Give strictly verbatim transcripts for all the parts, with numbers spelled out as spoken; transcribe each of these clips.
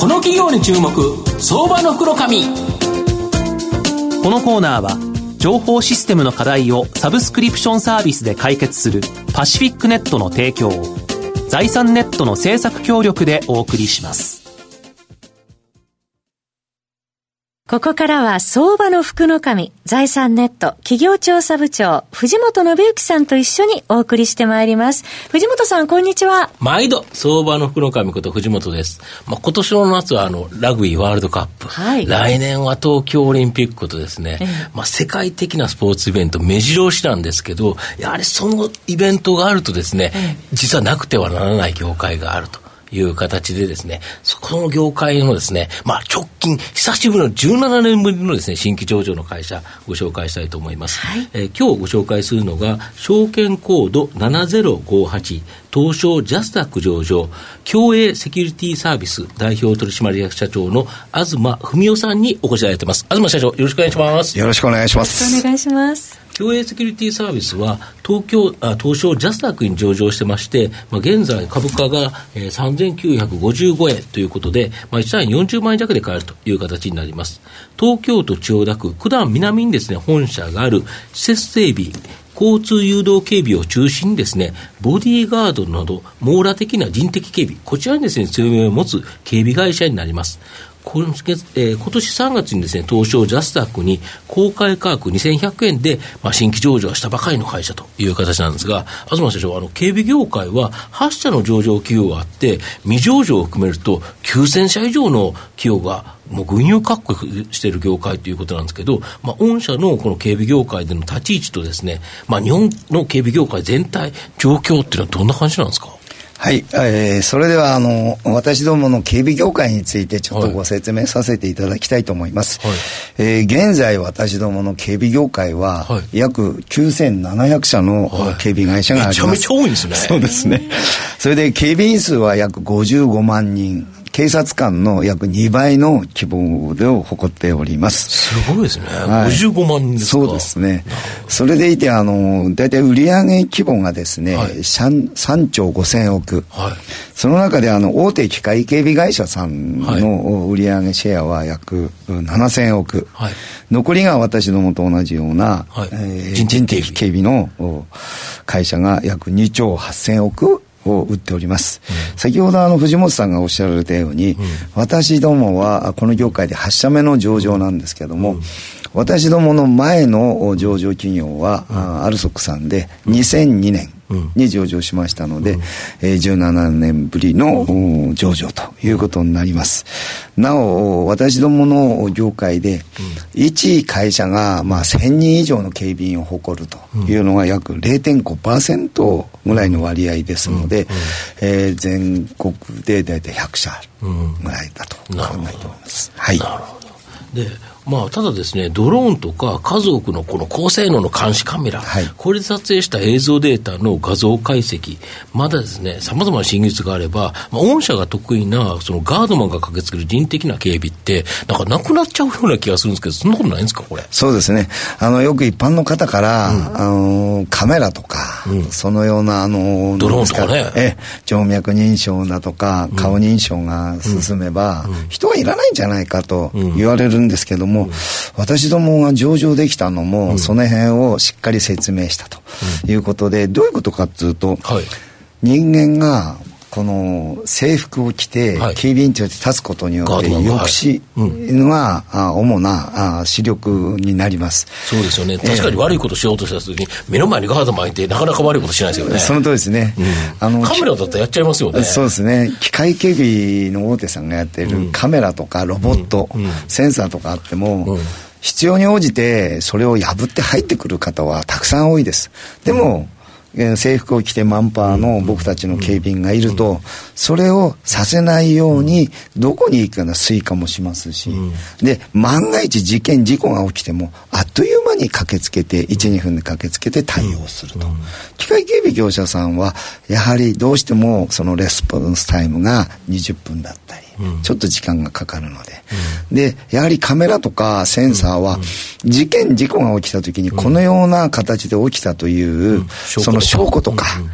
この企業に注目、相場の福の神。 このコーナーは情報システムの課題をサブスクリプションサービスで解決するパシフィックネットの提供を財産ネットの制作協力でお送りします。 ここからは相場の福の神、財産ネット企業調査部長藤本信之さんと一緒にお送りしてまいります。藤本さん、こんにちは。 毎度相場の福の神こと藤本です。まあ、今年の夏はあのラグビーワールドカップ、はい、来年は東京オリンピックことですね、ええまあ、世界的なスポーツイベント目白押しなんですけど、やはりそのイベントがあるとですね、ええ、実はなくてはならない業界があるという形でですね、そこの業界のですね、まあ直近久しぶりのじゅうななねんぶりのですね新規上場の会社ご紹介したいと思います。はい、えー、今日ご紹介するのが証券コードななぜろごはち東証ジャスダック上場共栄セキュリティサービス代表取締役社長の東文夫さんにお越しいただいています。東社長、よろしくお願いします。 よろしくお願いします。 よろしくお願いします。 共栄セキュリティサービスは東京あ東証ジャスダックに上場してまして、まあ、現在株価が、えー、さんぜんきゅうひゃくごじゅうごえんということで、まあ、いち単位よんじゅうまんえん弱で買えるという形になります。東京都千代田区九段南にですね本社がある施設整備交通誘導警備を中心にですねボディーガードなど網羅的な人的警備、こちらにですね強みを持つ警備会社になります。今月、えー、今年さんがつにですね東証ジャスダックに公開価格にせんひゃくえんで、まあ、新規上場したばかりの会社という形なんですが、東社長、あの警備業界ははち社の上場企業があって未上場を含めるときゅうせんしゃ以上の企業がもう群雄割拠している業界ということなんですけど、まあ、御社のこの警備業界での立ち位置とですね、まあ、日本の警備業界全体状況っていうのはどんな感じなんですか？ はい、えー、それではあの私どもの警備業界についてちょっとご説明させていただきたいと思います。はい、えー、現在私どもの警備業界は約きゅうせんななひゃくしゃの警備会社があります。 はい、めちゃめちゃ多いんですね。 そうですね。それで警備員数は約ごじゅうごまんにん、警察官の約にばいの規模を誇っております。 すごいですね。はい、ごじゅうごまんにんですか？ そうですね。それでいてあのだいたい売上規模がですね、はい、さんちょうごせんおく、はい、その中であの大手機械警備会社さんの売上シェアは約ななせんおく、はい、残りが私どもと同じような、はい、えー、人的警備の会社が約にちょうはっせんおくを売っております。うん、先ほどあの藤本さんがおっしゃられたように、うん、私どもはこの業界ではち社目の上場なんですけども、うん、私どもの前の上場企業は、うん、アルソックさんでにせんにねんに上場しましたので、うん、えー、じゅうななねんぶりの、うん、上場ということになります。なお私どもの業界で、うん、いち会社が、まあ、せんにん以上の警備員を誇るというのが約 れいてんごパーセント ぐらいの割合ですので、うんうん、えー、全国でだいたいひゃくしゃぐらいだと考えております。はい。なるほど。でまあ、ただですね、ドローンとか数多くのこの高性能の監視カメラ、はい、これで撮影した映像データの画像解析、まだですね、様々な新技術があれば、まあ、御社が得意なそのガードマンが駆けつける人的な警備って、なんかなくなっちゃうような気がするんですけど、そんなことないんですか、これ。 そうですね。あの、よく一般の方から、うん、あの、カメラとか、うん、そのような、あの、 ドローンとかね。 え、静脈認証だとか、顔認証が進めば、うんうん、人はいらないんじゃないかと言われるんですけども、うん、私どもが上場できたのも、うん、その辺をしっかり説明したということで、うん、どういうことかというと、はい、人間がこの制服を着て警備員として立つことによって抑止が主な視力になります。 そうですよね。確かに悪いことしようとした時に目の前にガードマンいてなかなか悪いことしないですよね。 その通りですね。うん、あのカメラだったらやっちゃいますよね。 そうですね。機械警備の大手さんがやっているカメラとかロボット、うんうん、センサーとかあっても、うん、必要に応じてそれを破って入ってくる方はたくさん多いです。でも、うん、制服を着てマンパーの僕たちの警備員がいると、それをさせないようにどこに行くかの推化もしますし、で万が一事件事故が起きてもあっという間に駆けつけて いちにふんで駆けつけて対応すると。機械警備業者さんはやはりどうしてもそのレスポンスタイムがにじゅっぷんだったり、ちょっと時間がかかるので、うん、でやはりカメラとかセンサーは事件事故が起きた時にこのような形で起きたという、うん、その証拠とか、うん、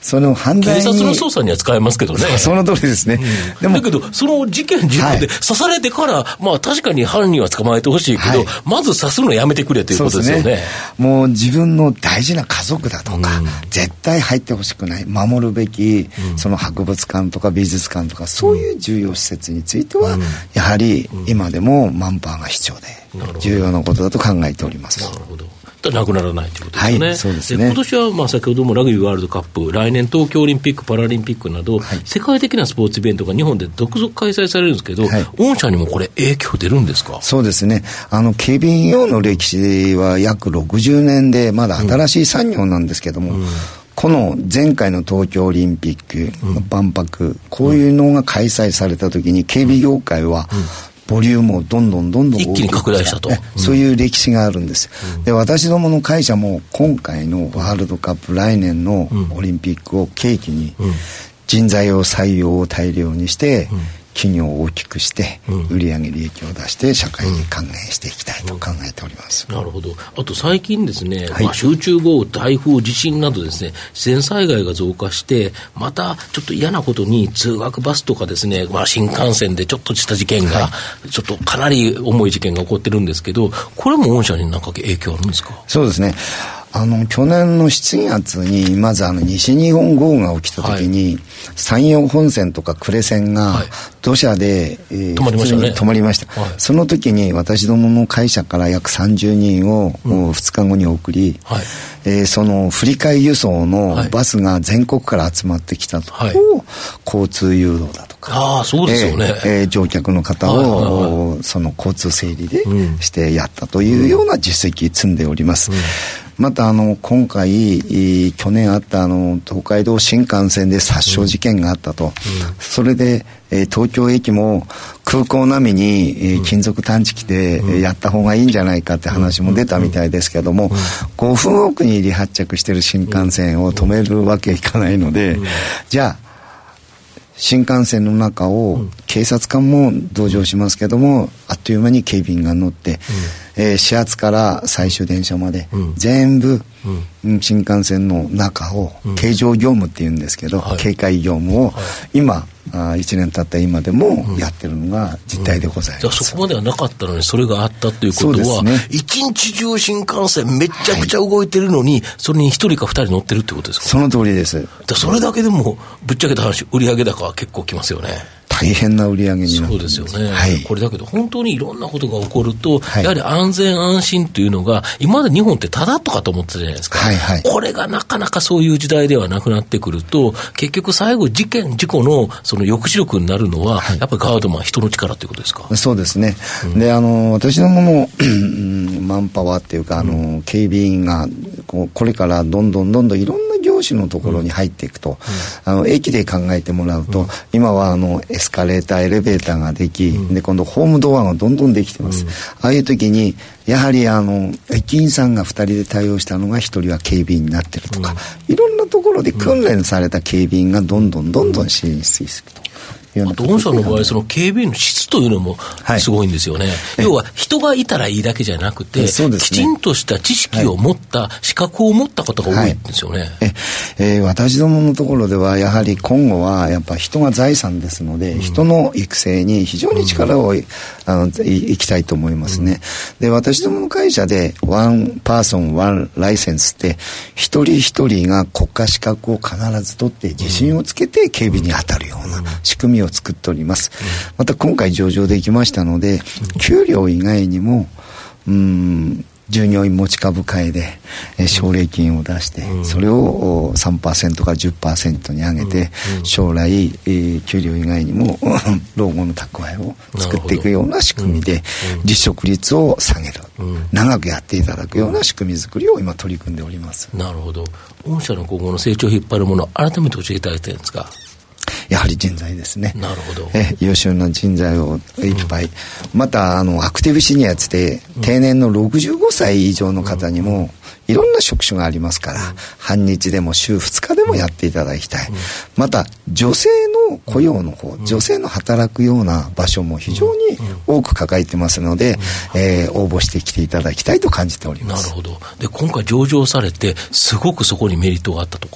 その犯罪に警察の捜査には使えますけどね。 その通りですね、 うん、 でもだけどその事件事故で刺されてから、はい、まあ確かに犯人は捕まえてほしいけど、はい、まず刺すのやめてくれということですよね。 そうですね、もう自分の大事な家族だとか、うん、絶対入ってほしくない、守るべき、うん、その博物館とか美術館とかそういう重要施設については、うん、やはり今でもマンパワーが必要で重要なことだと考えております。 なるほど、なくならないということですね。 はい、そうですね。 今年はまあ先ほどもラグビーワールドカップ、来年東京オリンピック・パラリンピックなど、はい、世界的なスポーツイベントが日本で続々開催されるんですけど、はい、御社にもこれ影響出るんですか？ そうですね。あの警備員用の歴史は約ろくじゅうねんでまだ新しい産業なんですけども、うんうん、この前回の東京オリンピック、うん、万博、こういうのが開催された時に警備業界は、うんうん、ボリュームをどんどんどんどん一気に拡大したと、うん、 そういう歴史があるんです、うん、で私どもの会社も今回のワールドカップ、来年のオリンピックを契機に人材を採用を大量にして、うん、企業を大きくして売上利益を出して社会に還元していきたいと考えております、 うんうん、なるほど。あと最近ですね、はい、まあ、集中豪雨、台風、地震などですね、自然災害が増加してまたちょっと嫌なことに通学バスとかですね、まあ、新幹線でちょっとした事件が、はい、ちょっとかなり重い事件が起こってるんですけど、これも御社に何か影響あるんですか？ そうですね、あの去年のしちがつにまずあの西日本豪雨が起きた時に、はい、山陽本線とか呉線が土砂で、えー、 止まりましたね。 止まりました、はい、その時に私どもの会社から約さんじゅうにんを、うん、ふつかごに送り、はい、えー、その振り替え輸送のバスが全国から集まってきたと、はい、交通誘導だとか、 あ、そうですよね、 えーえー、乗客の方を、はいはいはい、その交通整理でしてやったというような実績積んでおります、うんうん。またあの今回去年あったあの東海道新幹線で殺傷事件があったと、うんうん、それで、えー、東京駅も空港並みに、えー、金属探知機で、うん、やった方がいいんじゃないかって話も出たみたいですけども、うんうん、ごふんおくに離発着してる新幹線を止めるわけいかないので、うん、じゃあ新幹線の中を警察官も同乗しますけども、あっという間に警備員が乗って、うん、えー、始発から最終電車まで全部、うん、新幹線の中を、うん、警乗業務っていうんですけど、はい、警戒業務を、はい、今あいちねん経った今でもやってるのが実態でございます、うんうん、じゃあそこまではなかったのにそれがあったということは、ね、一日中新幹線めちゃくちゃ動いてるのに、はい、それに一人か二人乗ってるってことですか？ その通りです。 それだけでもぶっちゃけた話、売上高は結構きますよね。 大変な売り上げになってます。 そうですよね、 はい、 これだけど本当にいろんなことが起こると、はい、やはり安全安心というのが今まで日本ってただとかと思ってたじゃないですか、はいはい、これがなかなかそういう時代ではなくなってくると、結局最後事件事故のその抑止力になるのは、はい、やっぱりガードマン人の力ということですか？ そうですね、うん、であの私どものマンパワーっていうかあの、うん、警備員がこうこれからどんどんどんどんいろんな業種のところに入っていくと、うん、あの駅で考えてもらうと、うん、今はあのエスカレーターエレベーターができ、うん、で今度ホームドアがどんどんできてます、うん、ああいう時にやはりあの駅員さんがふたりで対応したのがひとりは警備員になってるとか、うん、いろんなところで訓練された警備員がどんどんどんどん進出すると、 あと御社の場合その警備員の質というのもすごいんですよね、はい、要は人がいたらいいだけじゃなくて、ね、きちんとした知識を持った、はい、資格を持った方が多いんですよね、はい、 ええー、私どものところではやはり今後はやっぱ人が財産ですので、うん、人の育成に非常に力を、うん、あのい, いきたいと思いますね、うん、で私どもの会社でワンパーソンワンライセンスって一人一人が国家資格を必ず取って自信をつけて警備に当たるような仕組みをを作っております、うん、また今回上場できましたので、うん、給料以外にもうーん従業員持ち株会で、えー、奨励金を出して、うん、それを さんパーセント から じゅっパーセント に上げて、うん、将来、えー、給料以外にも老後の蓄えを作っていくような仕組みで、うん、離職率を下げる、うん、長くやっていただくような仕組み作りを今取り組んでおります。 なるほど。御社の今後の成長を引っ張るもの改めて教えていただいてるんですか？ やはり人材ですね。 なるほど。 え優秀な人材をいっぱい、うん、またあのアクティブシニアつって定年のろくじゅうごさい以上の方にもいろんな職種がありますから、うん、半日でも週ふつかでもやっていただきたい、うん、また女性の雇用の方、うん、女性の働くような場所も非常に多く抱えてますので、うんえー、応募してきていただきたいと感じております。 なるほど。で今回上場されてすごくそこにメリットがあったとか？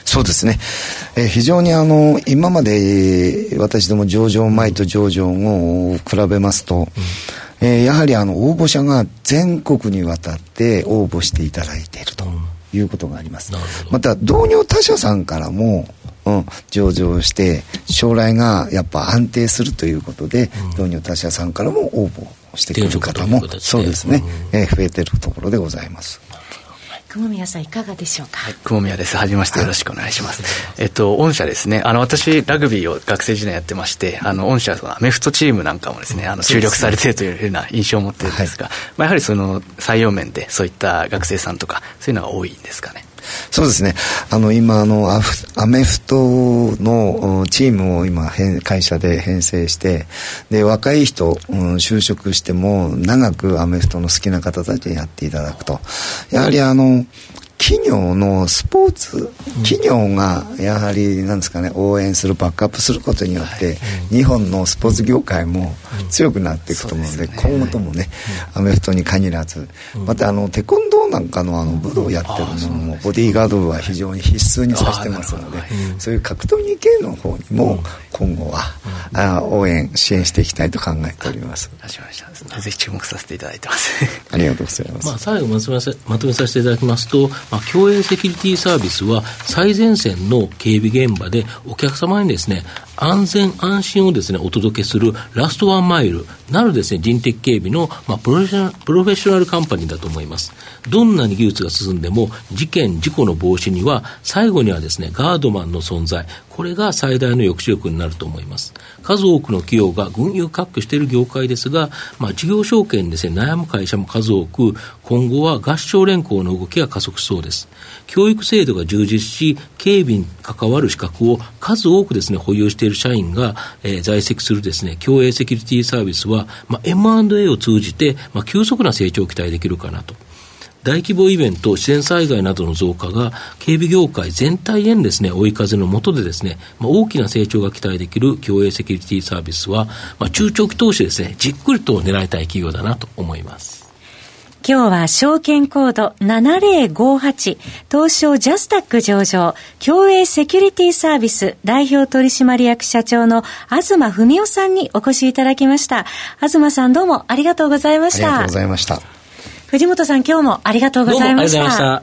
そうですね、えー、非常にあの今まで私ども上場前と上場後を比べますと、うん、えー、やはりあの応募者が全国にわたって応募していただいているということがあります、うん、また同業他社さんからも、うん、上場して将来がやっぱ安定するということで、うん、同業他社さんからも応募してくる方もそうですね、うん、えー、増えているところでございます。 雲宮さんいかがでしょうか。 はい、雲宮です。はじめまして、よろしくお願いします。えっと御社ですね、あの私ラグビーを学生時代やってまして、あの御社のアメフトチームなんかもですね、あの注力されているというような印象を持っているんですが、はい、まあ、やはりその採用面でそういった学生さんとかそういうのが多いんですかね。 そうですね、あの今あのアフアメフトのチームを今会社で編成して、で若い人、うん、就職しても長くアメフトの好きな方たちにやっていただくと、やはりあの企業のスポーツ企業がやはりなんですかね、応援するバックアップすることによって、はい、日本のスポーツ業界も強くなっていくと思うので、うん、今後ともね、アメフトに限らず、またあのテコンドーなんかのあの武道をやってるのもボディーガード部は非常に必須にさせてますので、そういう格闘技系の方にも今後は、うん、あ応援支援していきたいと考えております。 ぜひ注目させていただいてますありがとうございます。 まあ、最後まとめさまとめさせていただきますと、まあ、共栄セキュリティサービスは最前線の警備現場でお客様にですね、安全安心をですねお届けするラストワンマイルなるですね人的警備の、まあ、プロフェッショナル、プロフェッショナルカンパニーだと思います。どんなに技術が進んでも事件事故の防止には最後にはですねガードマンの存在、これが最大の抑止力になると思います。数多くの企業が群雄割拠している業界ですが、まあ、事業承継にですね悩む会社も数多く、今後は合唱連合の動きが加速しそうです。教育制度が充実し、警備に関わる資格を数多くですね保有している社員が、えー、在籍するですね共栄セキュリティサービスは、まあ、エムアンドエー を通じて、まあ、急速な成長を期待できるかなと。大規模イベント、自然災害などの増加が警備業界全体へのですね追い風の下でですね、まあ、大きな成長が期待できる共栄セキュリティサービスは、まあ、中長期投資ですねじっくりと狙いたい企業だなと思います。 今日は証券コードななぜろごはち東証ジャスタック上場共栄セキュリティサービス代表取締役社長の東文夫さんにお越しいただきました。東さん、どうもありがとうございました。 ありがとうございました。 藤本さん、今日もありがとうございました。どうもありがとうございました。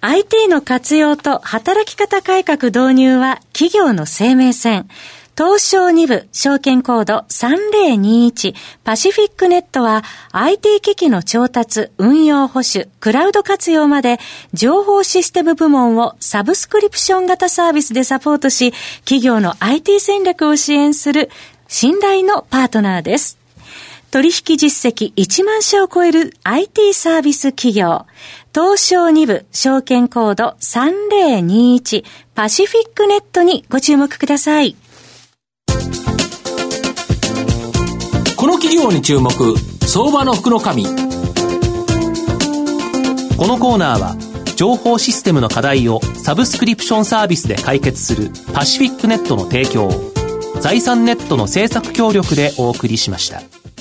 アイティー の活用と働き方改革導入は企業の生命線。東証に部証券コードさんぜろにいちパシフィックネットは アイティー 機器の調達、運用保守、クラウド活用まで情報システム部門をサブスクリプション型サービスでサポートし、企業の アイティー 戦略を支援する信頼のパートナーです。取引実績いちまん社を超える アイティー サービス企業。東証に部証券コードさんぜろにいちパシフィックネットにご注目ください。 この企業に注目、相場の福の神。 このコーナーは情報システムの課題をサブスクリプションサービスで解決するパシフィックネットの提供、財産ネットの制作協力でお送りしました。